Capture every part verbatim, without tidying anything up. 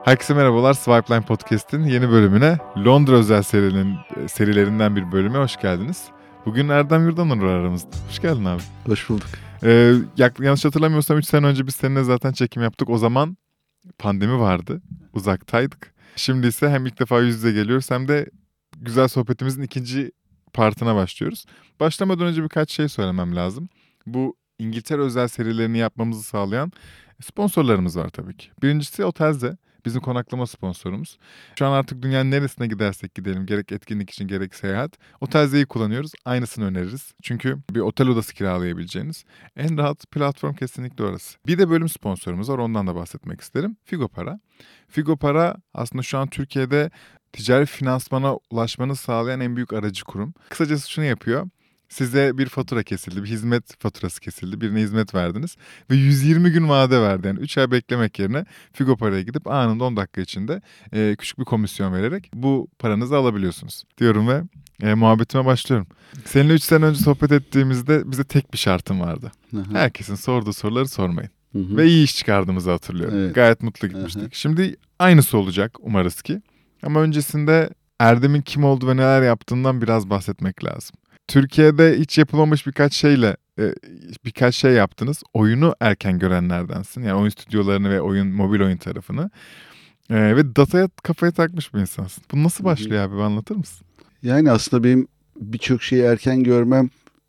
Herkese merhabalar, Swipeline Podcast'in yeni bölümüne, Londra özel serinin serilerinden bir bölüme hoş geldiniz. Bugün Erdem Yurdanur var aramızda. Hoş geldin abi. Hoş bulduk. Ee, yanlış hatırlamıyorsam üç sene önce biz seninle zaten çekim yaptık. O zaman pandemi vardı, uzaktaydık. Şimdi ise hem ilk defa yüz yüze geliyoruz hem de güzel sohbetimizin ikinci partına başlıyoruz. Başlamadan önce birkaç şey söylemem lazım. Bu İngiltere özel serilerini yapmamızı sağlayan sponsorlarımız var tabii ki. Birincisi Otelze. Bizim konaklama sponsorumuz. Şu an artık dünyanın neresine gidersek gidelim, gerek etkinlik için gerek seyahat, Otelze'yi kullanıyoruz. Aynısını öneririz. Çünkü bir otel odası kiralayabileceğiniz en rahat platform kesinlikle orası. Bir de bölüm sponsorumuz var, ondan da bahsetmek isterim. Figopara. Figopara aslında şu an Türkiye'de ticari finansmana ulaşmanı sağlayan en büyük aracı kurum. Kısacası şunu yapıyor. Size bir fatura kesildi, bir hizmet faturası kesildi, birine hizmet verdiniz ve yüz yirmi gün vade verdi. Yani üç ay beklemek yerine Figopara'ya gidip anında on dakika içinde e, küçük bir komisyon vererek bu paranızı alabiliyorsunuz diyorum ve e, muhabbetime başlıyorum. Seninle üç sene önce sohbet ettiğimizde bize tek bir şartım vardı. Hı-hı. Herkesin sorduğu soruları sormayın. Hı-hı. Ve iyi iş çıkardığımızı hatırlıyorum. Evet. Gayet mutlu gitmiştik. Hı-hı. Şimdi aynısı olacak umarız ki. Ama öncesinde Erdem'in kim olduğu ve neler yaptığından biraz bahsetmek lazım. Türkiye'de hiç yapılmamış birkaç şeyle birkaç şey yaptınız. Oyunu erken görenlerdensin. Yani oyun stüdyolarını ve oyun mobil oyun tarafını. Ee, ve dataya kafaya takmış bir insansın. Bu nasıl başlıyor abi? Anlatır mısın? Yani aslında benim birçok şeyi erken görmem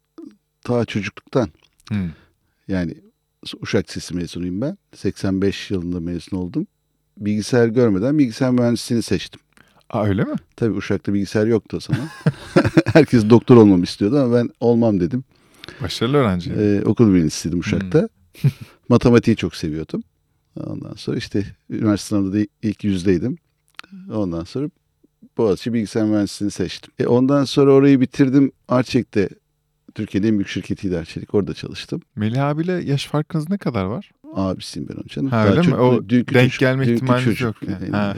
ta çocukluktan. Hmm. Yani Uşak Lisesi mezunuyum ben. seksen beş yılında mezun oldum. Bilgisayar görmeden bilgisayar mühendisliğini seçtim. Aa, öyle mi? Tabii Uşak'ta bilgisayar yoktu o zaman. Herkes doktor olmamı istiyordu ama ben olmam dedim. Başarılı öğrenci. Ee, okul birincisiydim Uşak'ta. Hmm. Matematiği çok seviyordum. Ondan sonra işte üniversite sınavında da ilk yüzdeydim. Ondan sonra Boğaziçi Bilgisayar Mühendisliğini seçtim. E ondan sonra orayı bitirdim. Arçelik'te, Türkiye'nin en büyük şirketiydi Arçelik. Orada çalıştım. Melih abiyle yaş farkınız ne kadar var? Abisiyim ben onun canım. Ha, öyle mi? O denk çocuk, gelme ihtimaliniz yok. Yani. Ha.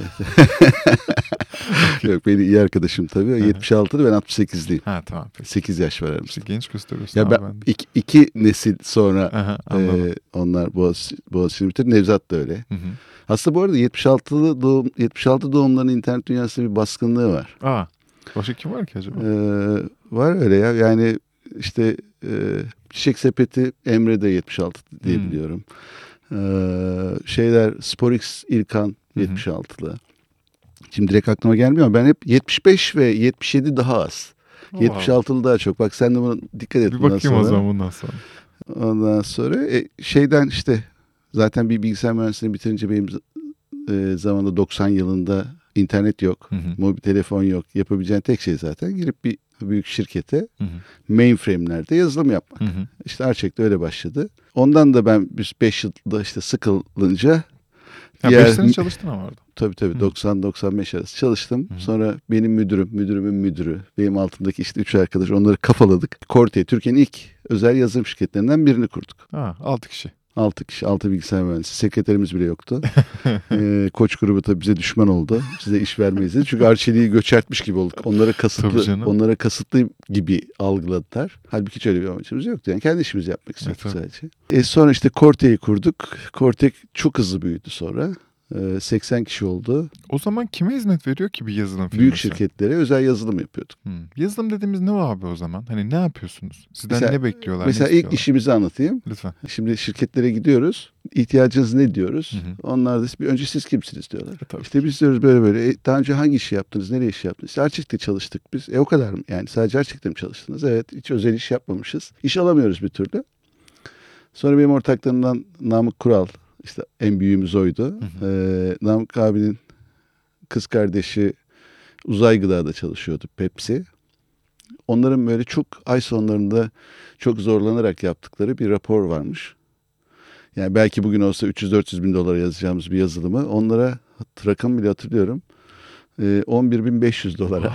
Yok, benim iyi arkadaşım tabii. yetmiş altılı, ben altmış sekizliyim. Ha, tamam. Peki. sekiz yaş var aramızda. İşte genç gösteriyorsun. Ya ben, ben iki, iki nesil sonra Aha, e, onlar Boğaziçi, Boğaziçi'ni bitirdi. Nevzat da öyle. Hı hı. Aslında bu arada yetmiş altılı doğum, yetmiş altı doğumların internet dünyasında bir baskınlığı var. Aa, başka kim var ki acaba? Ee, var öyle ya. Yani işte e, Çiçek Sepeti Emre de yetmiş altı diye hmm. biliyorum. Ee, şeyler Sporix İlkan yetmiş altılı. Hı-hı. Şimdi direkt aklıma gelmiyor ama ben hep yetmiş beş ve yetmiş yedi daha az. Wow. yetmiş altılı daha çok. Bak sen de buna dikkat et. Bir bakayım sonra. O zaman bundan sonra. Ondan sonra e, şeyden işte zaten bir bilgisayar mühendisliğini bitirince benim e, zamanında doksan yılında internet yok. Hı hı. Mobil telefon yok. Yapabileceğin tek şey zaten girip bir büyük şirkete hı hı. mainframe'lerde yazılım yapmak. Hı hı. İşte Arçelik'te öyle başladı. Ondan da ben beş yılda işte sıkılınca ya diğer... beş sene çalıştın ama orada. Tabii tabii doksan doksan beş arası çalıştım. Hı. Sonra benim müdürüm, müdürümün müdürü, benim altımdaki işte üç arkadaş, onları kafaladık. Corte, Türkiye'nin ilk özel yazılım şirketlerinden birini kurduk. Ha, altı kişi. Altı kişi, altı bilgisayar mühendisi. Sekreterimiz bile yoktu. ee, Koç grubu tabii bize düşman oldu. Size iş vermeyiz dedi. Çünkü Arçelik'i göçertmiş gibi olduk. Onlara kasıtlı, onlara kasıtlı gibi algıladılar. Halbuki hiç öyle bir amacımız yoktu. Yani kendi işimizi yapmak istedik evet, sadece. E sonra işte Corte'yi kurduk. Corte çok hızlı büyüdü sonra. seksen kişi oldu. O zaman kime hizmet veriyor ki bir yazılım firması? Büyük şirketlere özel yazılım yapıyorduk. Hmm. Yazılım dediğimiz ne var abi o zaman? Hani ne yapıyorsunuz? Sizden mesela, ne bekliyorlar? Mesela ne ilk işimizi anlatayım. Lütfen. Şimdi şirketlere gidiyoruz. İhtiyacınız ne diyoruz? Hı hı. Onlar da bir önce siz kimsiniz diyorlar. E, işte biz diyoruz böyle böyle. E, daha önce hangi işi yaptınız? Nereye iş yaptınız? İşte Arçelik'te çalıştık biz. E o kadar mı? Yani sadece Arçelik'te mi çalıştınız? Evet. Hiç özel iş yapmamışız. İş alamıyoruz bir türlü. Sonra benim ortaklarımdan Namık Kural, İşte en büyüğümüz oydu. Hı hı. Ee, Namık abinin kız kardeşi Uzay Gıda'da çalışıyordu, Pepsi. Onların böyle çok ay sonlarında çok zorlanarak yaptıkları bir rapor varmış. Yani belki bugün olsa üç yüz dört yüz bin dolara yazacağımız bir yazılımı onlara, rakam bile hatırlıyorum, ee, on bir bin beş yüz dolara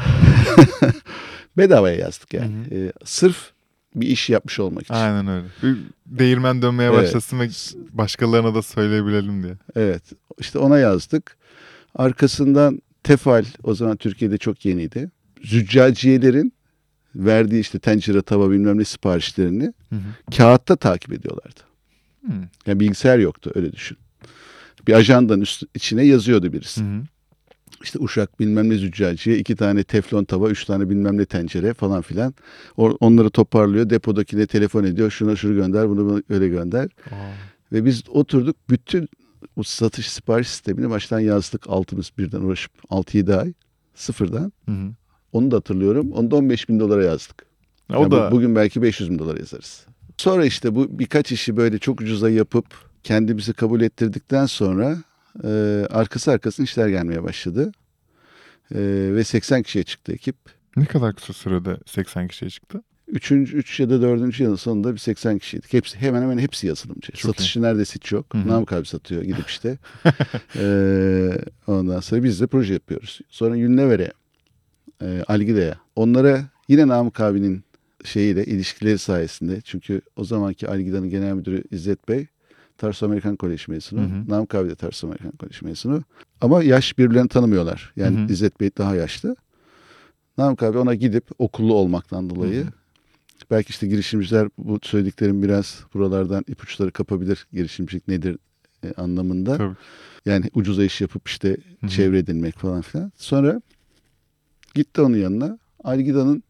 bedavaya yazdık yani. Hı hı. Ee, sırf bir iş yapmış olmak için. Aynen öyle. Bir değirmen dönmeye evet. başlasın ve başkalarına da söyleyebilelim diye. Evet. İşte ona yazdık. Arkasından Tefal, o zaman Türkiye'de çok yeniydi. Züccaciyelerin verdiği işte tencere, tava bilmem ne siparişlerini hı hı. kağıtta takip ediyorlardı. Hı. Yani bilgisayar yoktu, öyle düşün. Bir ajandanın üst, içine yazıyordu birisi. Hı hı. İşte uşak bilmem ne züccaciye, iki tane teflon tava, üç tane bilmem ne tencere falan filan. O, onları toparlıyor, depodakine telefon ediyor. Şuna şunu gönder, bunu, bunu öyle gönder. Aa. Ve biz oturduk, bütün bu satış sipariş sistemini baştan yazdık. Altımız birden uğraşıp altı yedi ay sıfırdan. Hı hı. Onu da hatırlıyorum. Onu da on beş bin dolara yazdık. O Yani da bu, bugün belki beş yüz bin dolar yazarız. Sonra işte bu birkaç işi böyle çok ucuza yapıp kendimizi kabul ettirdikten sonra e, arkası arkasına işler gelmeye başladı. E, ve seksen kişiye çıktı ekip. ne kadar kısa sürede seksen kişiye çıktı? Üçüncü, üç ya da dördüncü yılın sonunda bir seksen kişiydik. Hepsi, hemen hemen hepsi yazılımcı. Çok Satışı neredeyse hiç yok. Hı hı. Namık abi satıyor gidip işte. Ee, ondan sonra biz de proje yapıyoruz. Sonra Unilever'e, e, Algida'ya. Onlara yine Namık abinin şeyiyle, ilişkileri sayesinde. Çünkü o zamanki Algida'nın genel müdürü İzzet Bey, Tarsus Amerikan Koleji mezunu. Hı hı. Namık abi de Tarsus Amerikan Koleji mezunu. Ama yaş birbirlerini tanımıyorlar. Yani Hı hı. İzzet Bey daha yaşlı. Namık abi ona gidip okullu olmaktan dolayı, Hı hı. belki işte girişimciler bu söylediklerim biraz buralardan ipuçları kapabilir. Girişimcilik nedir e, anlamında. Tabii. Yani ucuza iş yapıp işte Hı hı. çevre edinmek falan filan. Sonra gitti onun yanına. Algida'nın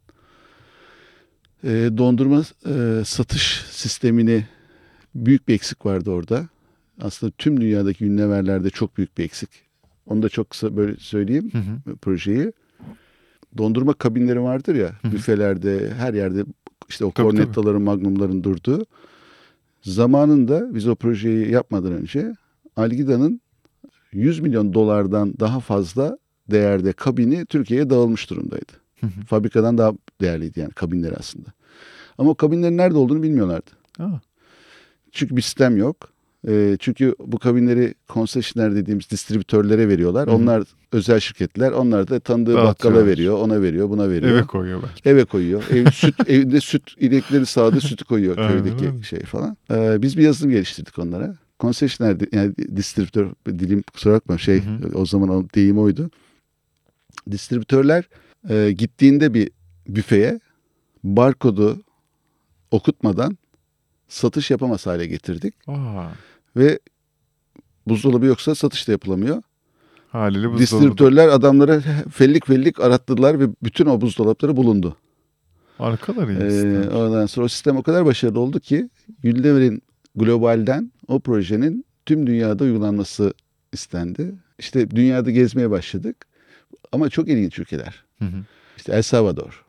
e, dondurma e, satış sistemini, büyük bir eksik vardı orada. Aslında tüm dünyadaki Unilever'lerde çok büyük bir eksik. Onu da çok kısa böyle söyleyeyim Hı hı. projeyi. Dondurma kabinleri vardır ya, Hı hı. büfelerde, her yerde işte o Tabii, kornettaların, magnumların durduğu. Zamanında biz o projeyi yapmadan önce Algida'nın yüz milyon dolardan daha fazla değerde kabini Türkiye'ye dağılmış durumdaydı. Hı hı. Fabrikadan daha değerliydi yani kabinleri aslında. Ama o kabinlerin nerede olduğunu bilmiyorlardı. Aa. Çünkü bir sistem yok. E, çünkü bu kabinleri konsesyonel dediğimiz distribütörlere veriyorlar. Hı hı. Onlar özel şirketler. Onlar da tanıdığı bakkala Dağıtıyorlar. veriyor, ona veriyor, buna veriyor. Eve koyuyor belki. Eve koyuyor. Ev, süt, evde süt, inekleri sağdı sütü koyuyor Aynen köydeki öyle. şey falan. Ee, biz bir yazılım geliştirdik onlara. Konsesyonel, yani distribütör, dilim kusura bakma şey, Hı hı. o zaman o deyim oydu. Distribütörler e, gittiğinde bir büfeye barkodu okutmadan satış yapamaz hale getirdik. Aa. Ve buzdolabı yoksa satış da yapılamıyor. Haliyle buzdolabı. Distribütörler adamlara fellik fellik arattılar ve bütün o buzdolapları bulundu. Arkalar iyi Ee, sistem. ondan sonra o sistem o kadar başarılı oldu ki Unilever'in globalden o projenin tüm dünyada uygulanması istendi. İşte dünyada gezmeye başladık. Ama çok ilginç ülkeler. Hı hı. İşte El Salvador,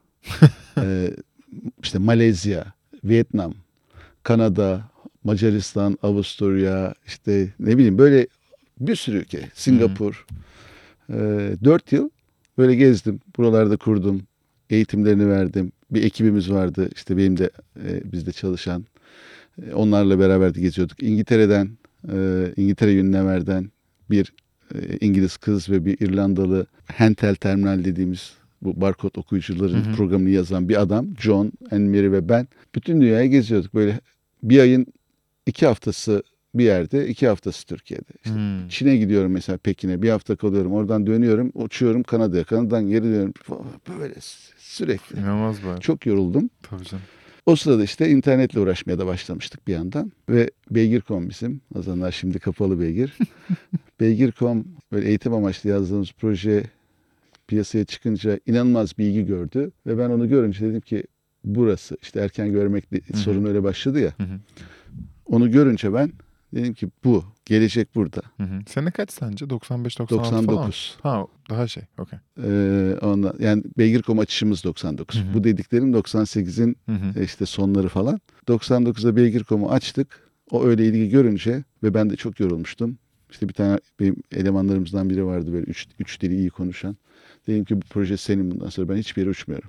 e, işte Malezya, Vietnam, Kanada, Macaristan, Avusturya, işte ne bileyim böyle bir sürü ülke. Singapur. E, dört yıl böyle gezdim. Buralarda kurdum. Eğitimlerini verdim. Bir ekibimiz vardı. İşte benim de e, bizde çalışan. E, onlarla beraber de geziyorduk. İngiltere'den, e, İngiltere Unilever'den bir e, İngiliz kız ve bir İrlandalı Hentel Terminal dediğimiz bu barkod okuyucuların Hı hı. programını yazan bir adam. John, Anne-Marie ve ben. Bütün dünyayı geziyorduk. Böyle bir ayın iki haftası bir yerde, iki haftası Türkiye'de. İşte Hmm. Çin'e gidiyorum mesela, Pekin'e. Bir hafta kalıyorum. Oradan dönüyorum. Uçuyorum Kanada'ya. Kanada'dan geri dönüyorum. Böyle sürekli. İnanılmaz bari. Çok yoruldum. Tabii canım. O sırada işte internetle uğraşmaya da başlamıştık bir yandan. Ve beygir nokta com bizim. O zamanlar şimdi kapalı Beygir. beygir nokta com böyle eğitim amaçlı yazdığımız proje piyasaya çıkınca inanılmaz bir ilgi gördü. Ve ben onu görünce dedim ki burası. İşte erken görmek sorun öyle başladı ya. Hı hı. Onu görünce ben dedim ki bu. Gelecek burada. Hı hı. Sene kaç sence? doksan beş doksan altı doksan falan mı? dokuz. Ha daha şey. Okey. Ee, ondan, yani beygir nokta com açışımız doksan dokuz. Hı hı. Bu dediklerim doksan sekizin Hı hı. işte sonları falan. doksan dokuzda beygir nokta com'u açtık. O öyle ilgi görünce ve ben de çok yorulmuştum. İşte bir tane benim elemanlarımızdan biri vardı böyle üç, üç dili iyi konuşan. Dedim ki bu proje senin, bundan sonra ben hiçbir yere uçmuyorum.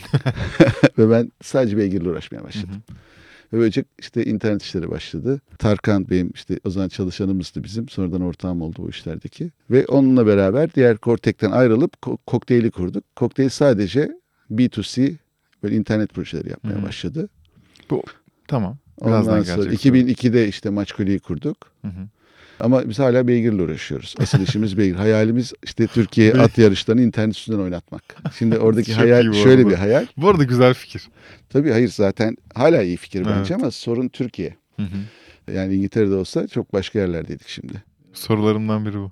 Ve ben sadece beygirle uğraşmaya başladım. Hı hı. Ve böylece işte internet işleri başladı. Tarkan benim işte o zaman çalışanımızdı bizim. Sonradan ortağım oldu bu işlerdeki. Ve onunla beraber diğer Kortek'ten ayrılıp ko- Kokteyli kurduk. Kokteyl sadece B iki C böyle internet projeleri yapmaya Hı. başladı. Bu tamam. Birazdan Ondan sonra gelecek. iki bin ikide işte Maçkoli'yi kurduk. Hı hı. Ama biz hala beygirle uğraşıyoruz. Asıl işimiz beygir. Hayalimiz işte Türkiye at yarışlarını internet üstünden oynatmak. Şimdi oradaki Çok iyi hayal bu şöyle arada. bir hayal. Bu arada güzel fikir. Tabii hayır, zaten hala iyi fikir bence Evet. ama sorun Türkiye. Hı hı. Yani İngiltere'de olsa çok başka yerlerdeydik şimdi. Sorularımdan biri bu.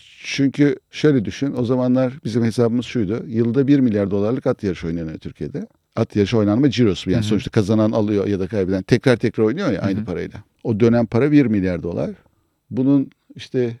Çünkü şöyle düşün, o zamanlar bizim hesabımız şuydu. Yılda bir milyar dolarlık at yarışı oynanıyor Türkiye'de. At yarışı oynanma cirosu. Yani Hı hı. sonuçta kazanan alıyor ya da kaybeden tekrar tekrar oynuyor ya aynı Hı hı. parayla. O dönem para bir milyar dolar. Bunun işte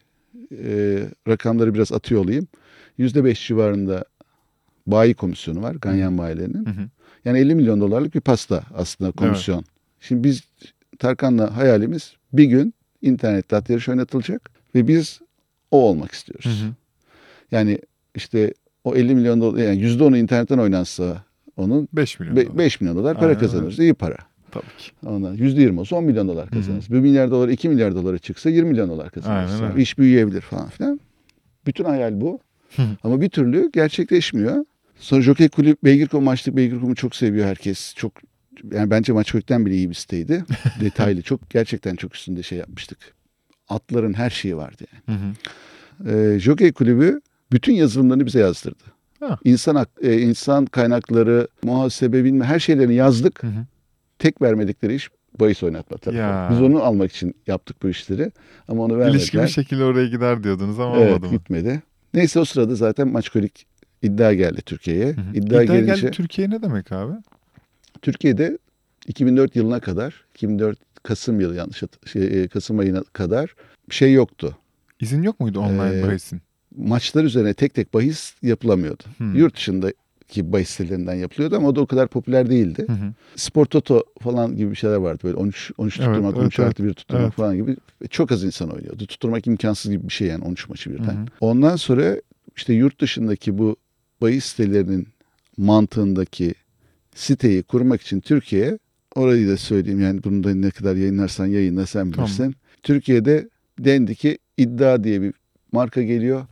e, rakamları biraz atıyor olayım. yüzde beş civarında bayi komisyonu var. Ganyan bayilerinin. Hı hı. Yani elli milyon dolarlık bir pasta aslında komisyon. Evet. Şimdi biz Tarkan'la hayalimiz bir gün internette at yarışı oynatılacak ve biz o olmak istiyoruz. Hı hı. Yani işte o elli milyon dolar, yani yüzde onu internetten oynansa onun beş milyon be, dolar. beş milyon dolar para Aynen kazanırız. öyle. İyi para. Tabii ki. Ondan yüzde yirmi olsa on milyon dolar kazanırız. bir milyar dolar, iki milyar dolara çıksa yirmi milyon dolar kazanırız. Aynen öyle. Yani iş büyüyebilir falan filan. Bütün hayal bu. Ama bir türlü gerçekleşmiyor. Sonra Jockey Kulüp, Beygirkom açtık. Beygirkom'u çok seviyor herkes. Çok, yani bence Maçkök'ten bile iyi bir siteydi. Detaylı, çok gerçekten çok üstünde şey yapmıştık. Atların her şeyi vardı yani. Hı hı. Ee, Jockey Kulübü bütün yazılımlarını bize yazdırdı. Ha. İnsan e, insan kaynakları, muhasebe bilme her şeylerini yazdık. Hı hı. Tek vermedikleri iş bahis oynatma tarafı. Biz onu almak için yaptık bu işleri. Ama onu vermediler. İlişki bir şekilde oraya gider diyordunuz ama evet, olmadı mı? Gitmedi. Neyse o sırada zaten Maçkolik iddia geldi Türkiye'ye. Hı hı. İddia, İddia gelince geldi Türkiye ne demek abi? Türkiye'de iki bin dört yılına kadar, iki bin dört Kasım yılı yanlış hat- şey, Kasım ayına kadar bir şey yoktu. İzin yok muydu online Ee, bahisin? Maçlar üzerine tek tek bahis yapılamıyordu. Hmm. Yurt dışındaki bahis sitelerinden yapılıyordu ama o da o kadar popüler değildi. Hı hı. Spor Toto falan gibi bir şeyler vardı. Böyle on üç, on üç Evet, tutturmak, evet, on üç artı evet. bir tutturmak Evet. falan gibi. Çok az insan oynuyordu. Tutturmak imkansız gibi bir şey yani on üç maçı birden. Hı hı. Ondan sonra işte yurt dışındaki bu bahis sitelerinin mantığındaki siteyi kurmak için Türkiye'ye, orayı da söyleyeyim yani bunu da ne kadar yayınlarsan yayınla sen bilirsin. Tamam. Türkiye'de dendi ki iddia diye bir marka geliyor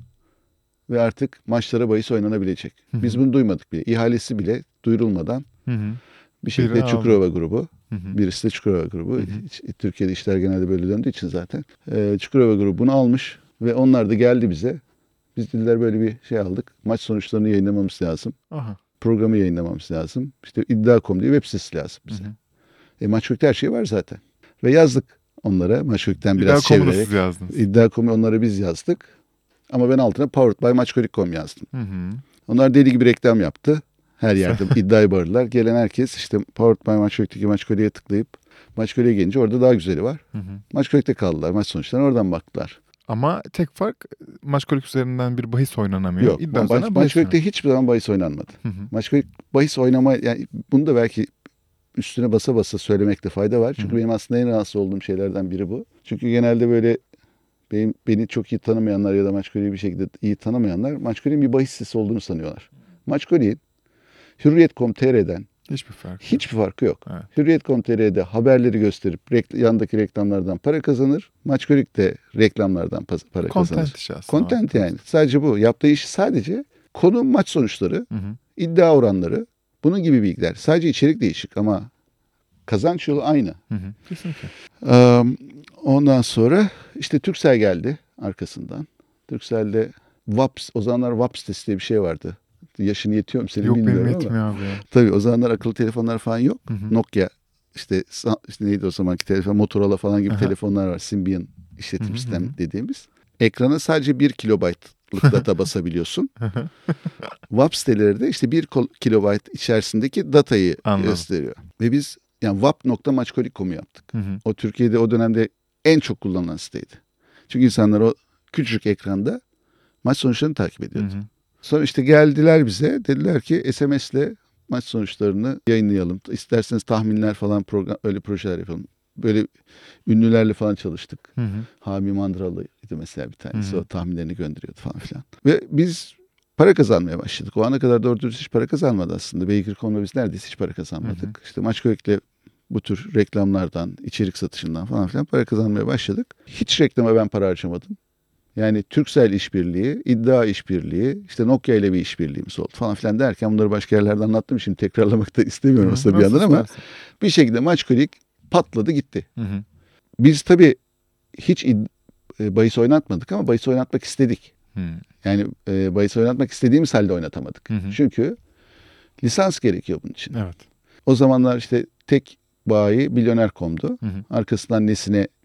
ve artık maçlara bahis oynanabilecek. Hı hı. Biz bunu duymadık bile. İhalesi bile duyurulmadan Hı hı. bir şekilde Biri Çukurova aldı. grubu, Hı hı. birisi de Çukurova grubu. Hı hı. Hiç- Türkiye'de işler genelde böyle döndüğü için zaten. Ee, Çukurova grubu bunu almış ve onlar da geldi bize. Biz dediler böyle bir şey aldık. Maç sonuçlarını yayınlamamız lazım. Aha. Programı yayınlamamız lazım. İşte iddia nokta com diye web sitesi lazım bize. Hı hı. E, Maçkök'te her şey var zaten. Ve yazdık onlara Maçkök'ten biraz İddia nokta com'u da çevirerek. siz yazdınız. iddia nokta com'u onlara biz yazdık. Ama ben altına powered by maçkölik nokta com yazdım. Hı hı. Onlar deli gibi reklam yaptı. Her yerde iddiayı bağırdılar. Gelen herkes işte powered by Maçkök'teki Maçkölik'e tıklayıp Maçkölik'e gelince orada daha güzeli var. Hı hı. Maçkölik'te kaldılar. Maç sonuçlarına oradan baktılar. Ama tek fark Maçkolik üzerinden bir bahis oynanamıyor. Yok. İddia Maç, üzerinden bahis Maçkölik'te hiçbir zaman bahis oynanmadı. Hı hı. Maçkölik bahis oynama, yani bunu da belki üstüne basa basa söylemekte fayda var. Çünkü Hı hı. benim aslında en rahatsız olduğum şeylerden biri bu. Çünkü genelde böyle benim, beni çok iyi tanımayanlar ya da Maçkolik'i bir şekilde iyi tanımayanlar Maçkolik'in bir bahis sitesi olduğunu sanıyorlar. Maçkolik'in Hürriyet nokta com nokta tr'den Hiçbir fark yok. hiçbir farkı yok. Evet. Hürriyet nokta com nokta tr'de haberleri gösterip rekl- yandaki reklamlardan para kazanır. Maçkolik de reklamlardan pa- para Content kazanır. işi aslında. Content yani. Sadece bu. Yaptığı iş sadece konu maç sonuçları, Hı hı. iddia oranları, bunun gibi bilgiler. Sadece içerik değişik ama kazanç yolu aynı. Hı hı. Kesinlikle. Ee, ondan sonra işte Turkcell geldi arkasından. Turkcell'de W A P S, o zamanlar W A P sitesi diye bir şey vardı. Yaşını yetiyor mu senin Yok benim bilmiyorum ama. yetmiyor abi ya. Tabii o zamanlar akıllı telefonlar falan yok. Hı hı. Nokia işte, sa- işte neydi o zamanki telefon, Motorola falan gibi Aha. telefonlar var. Symbian işletim Hı hı sistemi hı. dediğimiz. Ekrana sadece bir kilobaytlık data basabiliyorsun. W A P siteleri de işte bir kol- kilobayt içerisindeki datayı Anladım. gösteriyor. Ve biz yani w a p nokta maçkolik nokta com'u yaptık. Hı hı. O Türkiye'de o dönemde en çok kullanılan siteydi. Çünkü insanlar o küçücük ekranda maç sonuçlarını takip Hı ediyordu. hı. Sonra işte geldiler bize, dediler ki S M S'le maç sonuçlarını yayınlayalım. İsterseniz tahminler falan, program, öyle projeler yapalım. Böyle ünlülerle falan çalıştık. Hı hı. Hami Mandıralı'ydı mesela bir tanesi. Hı hı. O tahminlerini gönderiyordu falan filan. Ve biz para kazanmaya başladık. O ana kadar doğru dürüst hiç para kazanmadı aslında. Beygir nokta com'da biz neredeyse hiç para kazanmadık. Hı hı. İşte Maçkolik'le bu tür reklamlardan, içerik satışından falan filan para kazanmaya başladık. Hiç reklama ben para harcamadım. Yani Turkcell işbirliği, iddia işbirliği, işte Nokia ile bir işbirliğimiz oldu falan filan derken bunları başka yerlerde anlattım. Şimdi tekrarlamak da istemiyorum Hı. aslında bir Nasıl yandan ama istersen. bir şekilde Maçkolik patladı gitti. Hı hı. Biz tabii hiç id- e, bahis oynatmadık ama bahis oynatmak istedik. Hı. Yani e, bahis oynatmak istediğimiz halde oynatamadık. Hı hı. Çünkü lisans gerekiyor bunun için. Evet. O zamanlar işte tek bayi Milyoner nokta com'du. Hı hı. Arkasından Nesine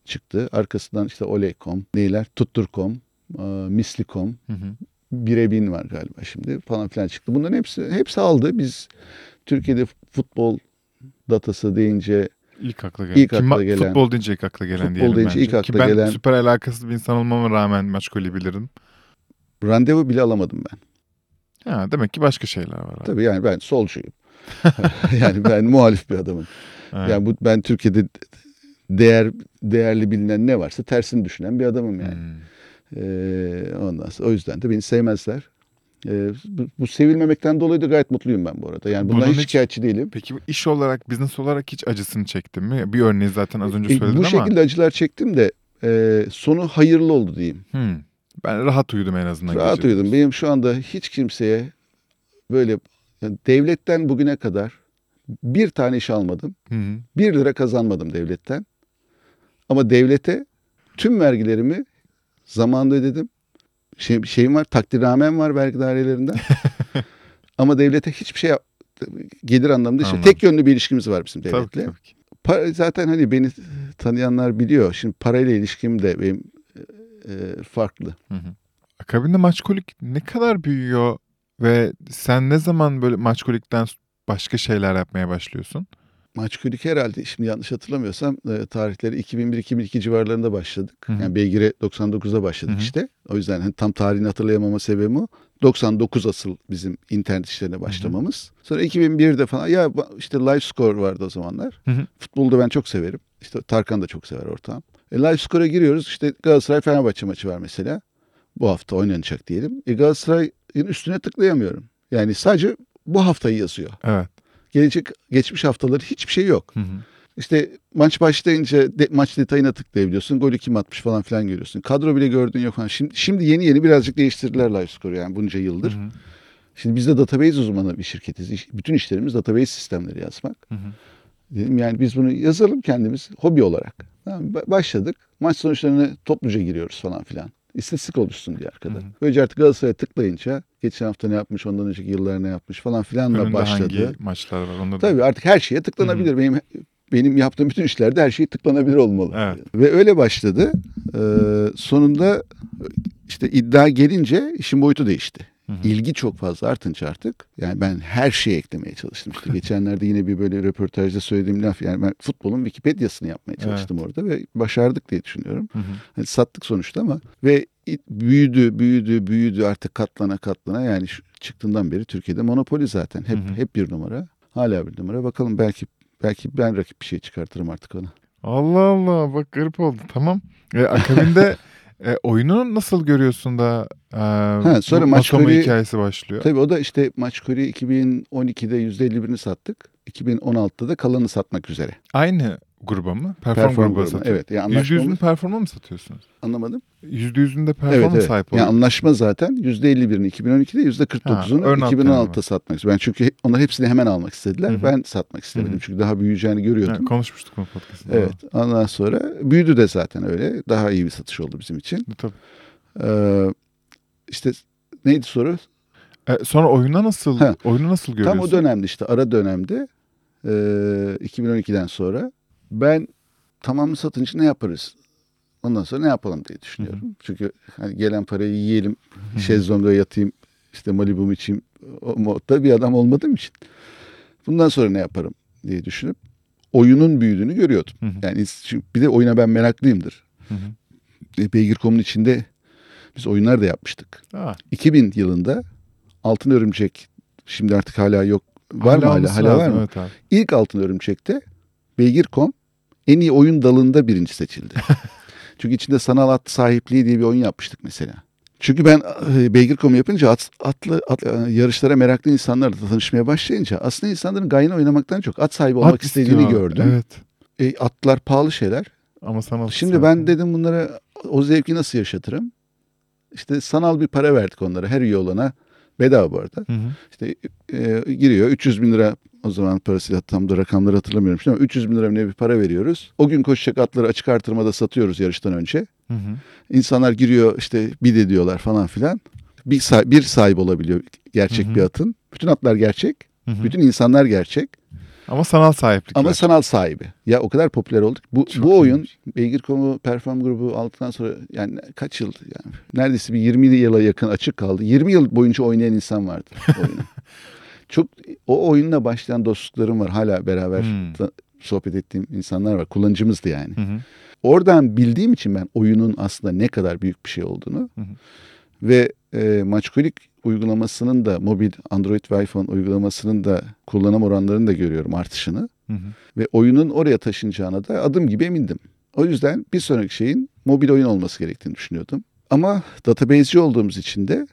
çıktı. Arkasından işte oley nokta com, neyler, tuttur nokta com, e, misli nokta com, Hı hı. birebin var galiba şimdi falan filan çıktı. Bunların hepsi hepsi aldı. Biz Türkiye'de futbol datası deyince İlk akla gelen. İlk Ki akla ma- gelen- futbol deyince ilk akla gelen Futbol diyelim deyince bence. ilk akla Ki ben gelen- süper alakasız bir insan olmama rağmen maçkolü bilirim. randevu bile alamadım ben. Ha, demek ki başka şeyler var. Abi. Tabii yani ben solcuyum. Yani ben muhalif bir adamım. Evet. Yani bu ben Türkiye'de değer değerli bilinen ne varsa tersini düşünen bir adamım yani. Hmm. Ee, ondan sonra o yüzden de beni sevmezler. Ee, bu, bu sevilmemekten dolayı da gayet mutluyum ben bu arada. Yani bundan Bunun hiç hiç- şikayetçi değilim. Peki bu iş olarak, business olarak hiç acısını çektin mi? Bir örneği zaten az önce E, söyledin bu ama. şekilde acılar çektim de e, sonu hayırlı oldu diyeyim. Hmm. Ben rahat uyudum en azından. Rahat gece. uyudum. Benim şu anda hiç kimseye böyle yani devletten bugüne kadar bir tane iş almadım. Hı hı. Bir lira kazanmadım devletten. Ama devlete tüm vergilerimi zamanında ödedim. Şey, şeyim var, takdirnamem var vergi dairelerinden. Ama devlete hiçbir şey yap- gelir anlamında işte Anladım. tek yönlü bir ilişkimiz var bizim Tabii devletle. ki, tabii ki. Para, zaten hani beni tanıyanlar biliyor. Şimdi parayla ilişkim de benim e, farklı. Hı hı. Akabinde maçkolik ne kadar büyüyor ve sen ne zaman böyle maçkolikten başka şeyler yapmaya başlıyorsun? Maçkolik herhalde şimdi yanlış hatırlamıyorsam e, tarihleri iki bin bir iki bin iki civarlarında başladık. Hı hı. Yani Beygir'e doksan dokuzda başladık Hı hı. işte. O yüzden hani tam tarihini hatırlayamama sebebi o. doksan dokuz asıl bizim internet işlerine başlamamız. Sonra iki bin birde falan ya işte Live Score vardı o zamanlar. Hı hı. Futbolu da ben çok severim. İşte Tarkan da çok sever ortağım. E, Live Score'a giriyoruz. İşte Galatasaray Fenerbahçe maçı var mesela. Bu hafta oynanacak diyelim. E, Galatasaray'ın üstüne tıklayamıyorum. Yani sadece bu haftayı yazıyor. Evet. Gelecek geçmiş haftaları hiçbir şey yok. Hı hı. İşte maç başlayınca de, maç detayına tıklayabiliyorsun. Golü kim atmış falan filan görüyorsun. Kadro bile gördüğün yok falan. Şimdi, şimdi yeni yeni birazcık değiştirdiler Live Score'u yani bunca yıldır. Hı hı. Şimdi biz de database uzmanı bir şirketiz. İş- bütün işlerimiz database sistemleri yazmak. Hı hı. Dedim yani biz bunu yazalım kendimiz hobi olarak. Tamam, ba- başladık. Maç sonuçlarını topluca giriyoruz falan filan. İstatistik oluşsun diye arkada. Hı hı. Böylece artık Galatasaray'a tıklayınca geçen hafta ne yapmış, ondan önceki yıllar ne yapmış falan filanla Önünde başladı. hangi maçlar var onları da- Tabii artık her şeye tıklanabilir. Benim benim yaptığım bütün işlerde her şey tıklanabilir olmalı. Evet. Ve öyle başladı. Ee, sonunda işte iddia gelince işin boyutu değişti. Hı hı. İlgi çok fazla artınca artık. Yani ben her şeyi eklemeye çalıştım. İşte geçenlerde yine bir böyle röportajda söylediğim laf. Yani ben futbolun Wikipedia'sını yapmaya çalıştım orada ve başardık diye düşünüyorum. Hı hı. Hani sattık sonuçta ama ve büyüdü, büyüdü, büyüdü artık katlana katlana. Yani şu, çıktığından beri Türkiye'de monopoli zaten. Hep Hı hı. hep bir numara. Hala bir numara. Bakalım belki belki ben rakip bir şey çıkartırım artık ona. Allah Allah, bak garip oldu. Tamam. E, akabinde e, oyunu nasıl görüyorsun da e, Ha, sonra bu maç Matomo golü- hikayesi başlıyor? Tabii o da işte Maçkori iki bin on ikide yüzde elli birini sattık. iki bin on altıda da kalanı satmak üzere. Aynı gruba mı? Perform, Perform gruba grubuna, satıyor. evet. Yani Yüzde yüzünü anlaşmamız performa mı satıyorsunuz? anlamadım. Yüzde yüzünde performa Evet, mı evet. sahip Yani oluyor? anlaşma zaten yüzde elli birini iki bin on ikide yüzde kırk dokuzunu Ha, earn out iki bin on altıda yani. satmak istedim. Ben çünkü onlar hepsini hemen almak istediler. Hı hı. Ben satmak istemedim. Hı hı. Çünkü daha büyüyeceğini görüyordum. Yani konuşmuştuk bu podcast'ta. Evet. Ondan sonra büyüdü de zaten öyle. Daha iyi bir satış oldu bizim için. Tabii. Ee, işte neydi soru? E, sonra oyuna nasıl Ha. oyunu nasıl görüyorsun? Tam o dönemde işte ara dönemde e, iki bin on ikiden sonra ben tamamını satınca ne yaparız? Ondan sonra ne yapalım diye düşünüyorum. Hı hı. Çünkü hani gelen parayı yiyelim, hı. şezlonga yatayım, işte Malibu'mu içeyim. O modda bir adam olmadığım için. Bundan sonra ne yaparım diye düşünüp oyunun büyüdüğünü görüyordum. Hı hı. Yani çünkü bir de oyuna ben meraklıyımdır. Hı hı. E, Beygir nokta com'un içinde biz oyunlar da yapmıştık. Aa, iki bin yılında Altın Örümcek, şimdi artık hala yok. Var mı hala? olması Hala var lazım, mı? Evet abi. İlk Altın Örümcek'te Beygir nokta com en iyi oyun dalında birinci seçildi. Çünkü içinde sanal at sahipliği diye bir oyun yapmıştık mesela. Çünkü ben e, Beygir nokta com yapınca at, atlı at, e, yarışlara meraklı insanlarla tanışmaya başlayınca aslında insanların gayını oynamaktan çok at sahibi olmak At istediğini istiyor. gördüm. Evet. E, atlar pahalı şeyler. Ama sana Şimdi ben dedim bunlara o zevki nasıl yaşatırım? İşte sanal bir para verdik onlara. Her üye olana bedava bu arada. Hı hı. İşte e, giriyor üç yüz bin lira, o zaman parasıyla tam da rakamları hatırlamıyorum şimdi ama üç yüz bin lira ne bir para veriyoruz. O gün koşacak atları açık artırmada satıyoruz yarıştan önce. Hı hı. İnsanlar giriyor işte bid ediyorlar falan filan. Bir, sah- bir sahip olabiliyor gerçek Hı hı. bir atın. Bütün atlar gerçek. Hı hı. Bütün insanlar gerçek. Ama sanal sahiplik. Ama var. sanal sahibi. Ya o kadar popüler olduk. Bu Çok bu oyun iyiymiş. Beygir nokta com'u Perform grubu aldıktan sonra yani kaç yıl yani neredeyse bir yirmi yıla yakın açık kaldı. yirmi yıl boyunca oynayan insan vardı oyunu. Çok o oyunla başlayan dostluklarım var. Hala beraber Hmm. da, sohbet ettiğim insanlar var. Kullanıcımızdı yani. Hı hı. Oradan bildiğim için ben oyunun aslında ne kadar büyük bir şey olduğunu Hı hı. ve e, Maçkolik uygulamasının da mobil Android ve iPhone uygulamasının da kullanım oranlarını da görüyorum artışını. Hı hı. Ve oyunun oraya taşınacağına da adım gibi emindim. O yüzden bir sonraki şeyin mobil oyun olması gerektiğini düşünüyordum. Ama database'ci olduğumuz için de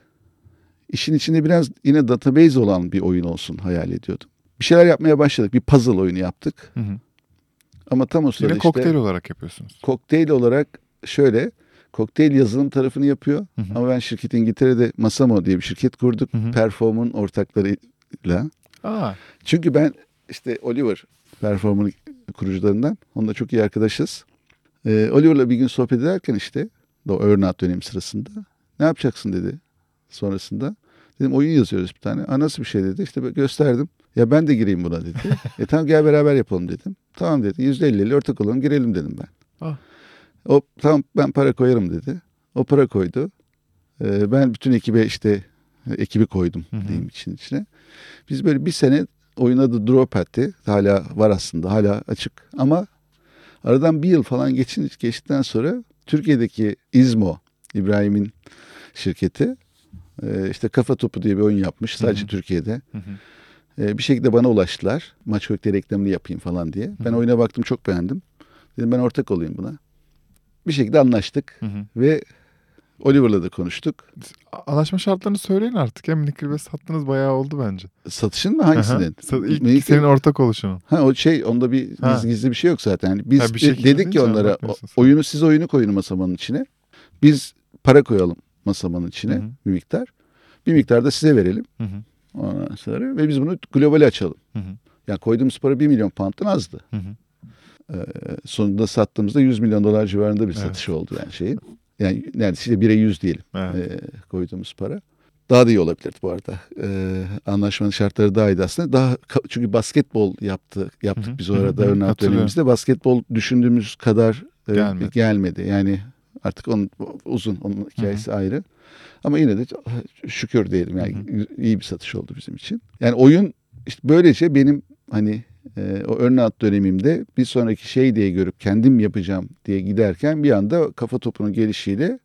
işin içinde biraz yine database olan bir oyun olsun hayal ediyordum. Bir şeyler yapmaya başladık. Bir puzzle oyunu yaptık. Hı hı. Ama tam o sırada Yine işte kokteyl olarak yapıyorsunuz. kokteyl olarak şöyle kokteyl yazılım tarafını yapıyor. Hı hı. Ama ben şirket İngiltere'de Masamo diye bir şirket kurduk. Hı hı. Perform'un ortaklarıyla. Aa. Çünkü ben işte Oliver Perform'un kurucularından. Onunla çok iyi arkadaşız. Ee, Oliver'la bir gün sohbet ederken işte o Earnout dönemi sırasında ne yapacaksın dedi sonrasında. Dedim oyun yazıyoruz bir tane. Aa, nasıl bir şey dedi. İşte gösterdim. Ya ben de gireyim buna dedi. e tamam gel beraber yapalım dedim. Tamam dedi. yüzde elli elli ortak olalım girelim dedim ben. Ah. O tamam ben para koyarım dedi. O para koydu. Ee, ben bütün ekibe işte ekibi koydum Hı hı. diyeyim için içine. Biz böyle bir sene oyun adı Droppad'ti. Hala var aslında. Hala açık. Ama aradan bir yıl falan geçin, geçtikten sonra Türkiye'deki İzmo, İbrahim'in şirketi e, işte Kafa Topu diye bir oyun yapmış. Sadece Hı hı. Türkiye'de. Hı hı. E, bir şekilde bana ulaştılar. Maçkolik'te reklamını yapayım falan diye. Ben Hı hı. oyuna baktım çok beğendim. Dedim ben ortak olayım buna. Bir şekilde anlaştık. Hı hı. Ve Oliver'la da konuştuk. Anlaşma şartlarını söyleyin artık ya. Miniklibe sattınız bayağı oldu bence. Satışın mı hangisinin? Sa- İlk Minik- senin ortak oluşunun. Ha o şey onda bir Ha. gizli, gizli bir şey yok zaten. Yani biz Ha, bir de- şekilde dedik deyince ki onlara anlatmıyorsun o- sen. oyunu siz oyunu koyun masamanın içine. Biz para koyalım masamanın içine Hı hı. bir miktar. Bir miktar da size verelim. Hı hı. Ondan sonra ve biz bunu globale açalım. Hı hı. Yani koyduğumuz para bir milyon pound'dan azdı. Hı hı. Ee, sonunda sattığımızda yüz milyon dolar civarında bir Evet. satışı oldu yani şeyin. Yani neredeyse bire yüz diyelim Evet. ee, koyduğumuz para. Daha da iyi olabilirdi bu arada. Ee, anlaşmanın şartları daha iyiydi aslında. Daha çünkü basketbol yaptı, yaptık Hı hı. biz o Hı hı. arada Hı hı. Earnout Hatırlıyorum. dönemimizde. Basketbol düşündüğümüz kadar e, Gelmedi. gelmedi. Yani artık onun uzun, onun hikayesi ayrı. Ama yine de şükür diyelim yani Hı iyi bir satış oldu bizim için. Yani oyun işte böylece benim hani e, o Earnout dönemimde bir sonraki şey diye görüp kendim yapacağım diye giderken bir anda Kafa Topu'nun gelişiyle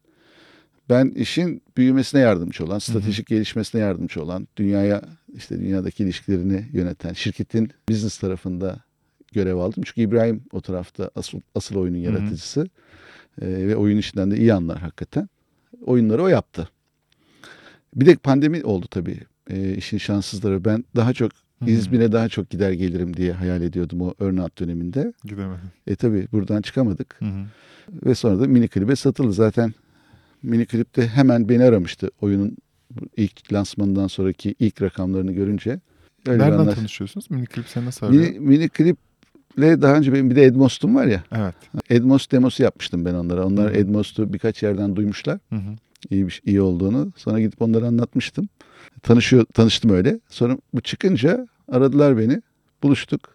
ben işin büyümesine yardımcı olan, stratejik gelişmesine yardımcı olan, dünyaya işte dünyadaki ilişkilerini yöneten, şirketin business tarafında görev aldım. Çünkü İbrahim o tarafta asıl, asıl oyunun yaratıcısı e, ve oyun işinden de iyi anlar hakikaten. Oyunları o yaptı. Bir de pandemi oldu tabii. E, işin şanssızları. Ben daha çok Hı. İzmir'e daha çok gider gelirim diye hayal ediyordum o Earnout döneminde. Gidemedim. E tabii buradan çıkamadık. Hı hı. Ve sonra da mini klibe satıldı. Zaten mini klipte hemen beni aramıştı oyunun ilk lansmanından sonraki ilk rakamlarını görünce. Öyle bir Nereden anlaş- tanışıyorsunuz? Miniklip seni nasıl arıyor? Mini, mini kliple daha önce benim bir de Edmost'um var ya. Evet. Edmost demosu yapmıştım ben onlara. Onlar Hı hı. Edmost'u birkaç yerden duymuşlar. Hı hı. İyi bir, iyi olduğunu. Sonra gidip onlara anlatmıştım. Tanışıyor, tanıştım öyle. Sonra bu çıkınca aradılar beni. Buluştuk.